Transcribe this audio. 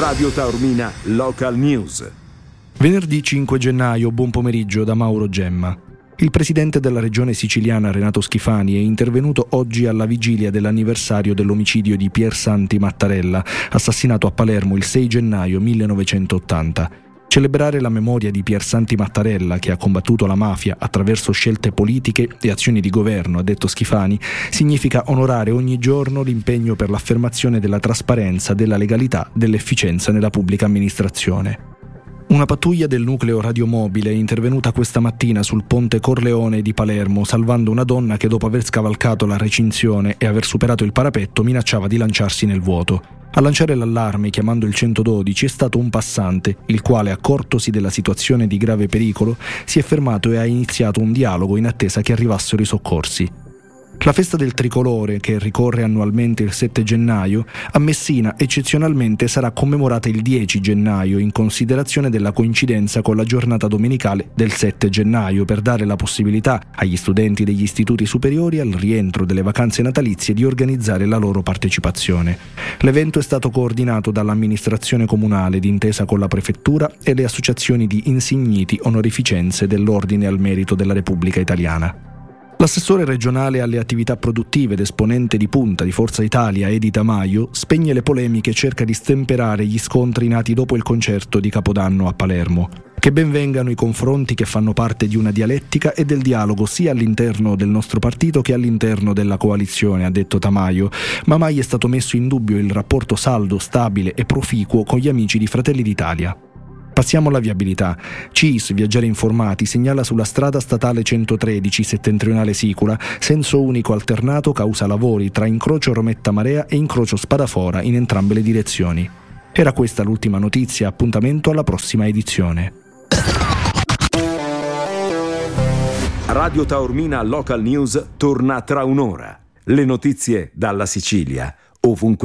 Radio Taormina Local News. Venerdì 5 gennaio, buon pomeriggio da Mauro Gemma. Il presidente della regione siciliana Renato Schifani è intervenuto oggi alla vigilia dell'anniversario dell'omicidio di Piersanti Mattarella, assassinato a Palermo il 6 gennaio 1980. Celebrare la memoria di Piersanti Mattarella, che ha combattuto la mafia attraverso scelte politiche e azioni di governo, ha detto Schifani, significa onorare ogni giorno l'impegno per l'affermazione della trasparenza, della legalità, dell'efficienza nella pubblica amministrazione. Una pattuglia del nucleo radiomobile è intervenuta questa mattina sul ponte Corleone di Palermo, salvando una donna che dopo aver scavalcato la recinzione e aver superato il parapetto minacciava di lanciarsi nel vuoto. A lanciare l'allarme chiamando il 112 è stato un passante, il quale, accortosi della situazione di grave pericolo, si è fermato e ha iniziato un dialogo in attesa che arrivassero i soccorsi. La festa del tricolore, che ricorre annualmente il 7 gennaio, a Messina eccezionalmente sarà commemorata il 10 gennaio in considerazione della coincidenza con la giornata domenicale del 7 gennaio per dare la possibilità agli studenti degli istituti superiori al rientro delle vacanze natalizie di organizzare la loro partecipazione. L'evento è stato coordinato dall'amministrazione comunale d'intesa con la prefettura e le associazioni di insigniti onorificenze dell'Ordine al Merito della Repubblica Italiana. L'assessore regionale alle attività produttive ed esponente di punta di Forza Italia, Edi Tamaio, spegne le polemiche e cerca di stemperare gli scontri nati dopo il concerto di Capodanno a Palermo. Che ben vengano i confronti che fanno parte di una dialettica e del dialogo sia all'interno del nostro partito che all'interno della coalizione, ha detto Tamaio, ma mai è stato messo in dubbio il rapporto saldo, stabile e proficuo con gli amici di Fratelli d'Italia. Passiamo alla viabilità. CIS, Viaggiare Informati, segnala sulla strada statale 113 settentrionale Sicula senso unico alternato causa lavori tra incrocio Rometta Marea e incrocio Spadafora in entrambe le direzioni. Era questa l'ultima notizia, appuntamento alla prossima edizione. Radio Taormina Local News torna tra un'ora. Le notizie dalla Sicilia, ovunque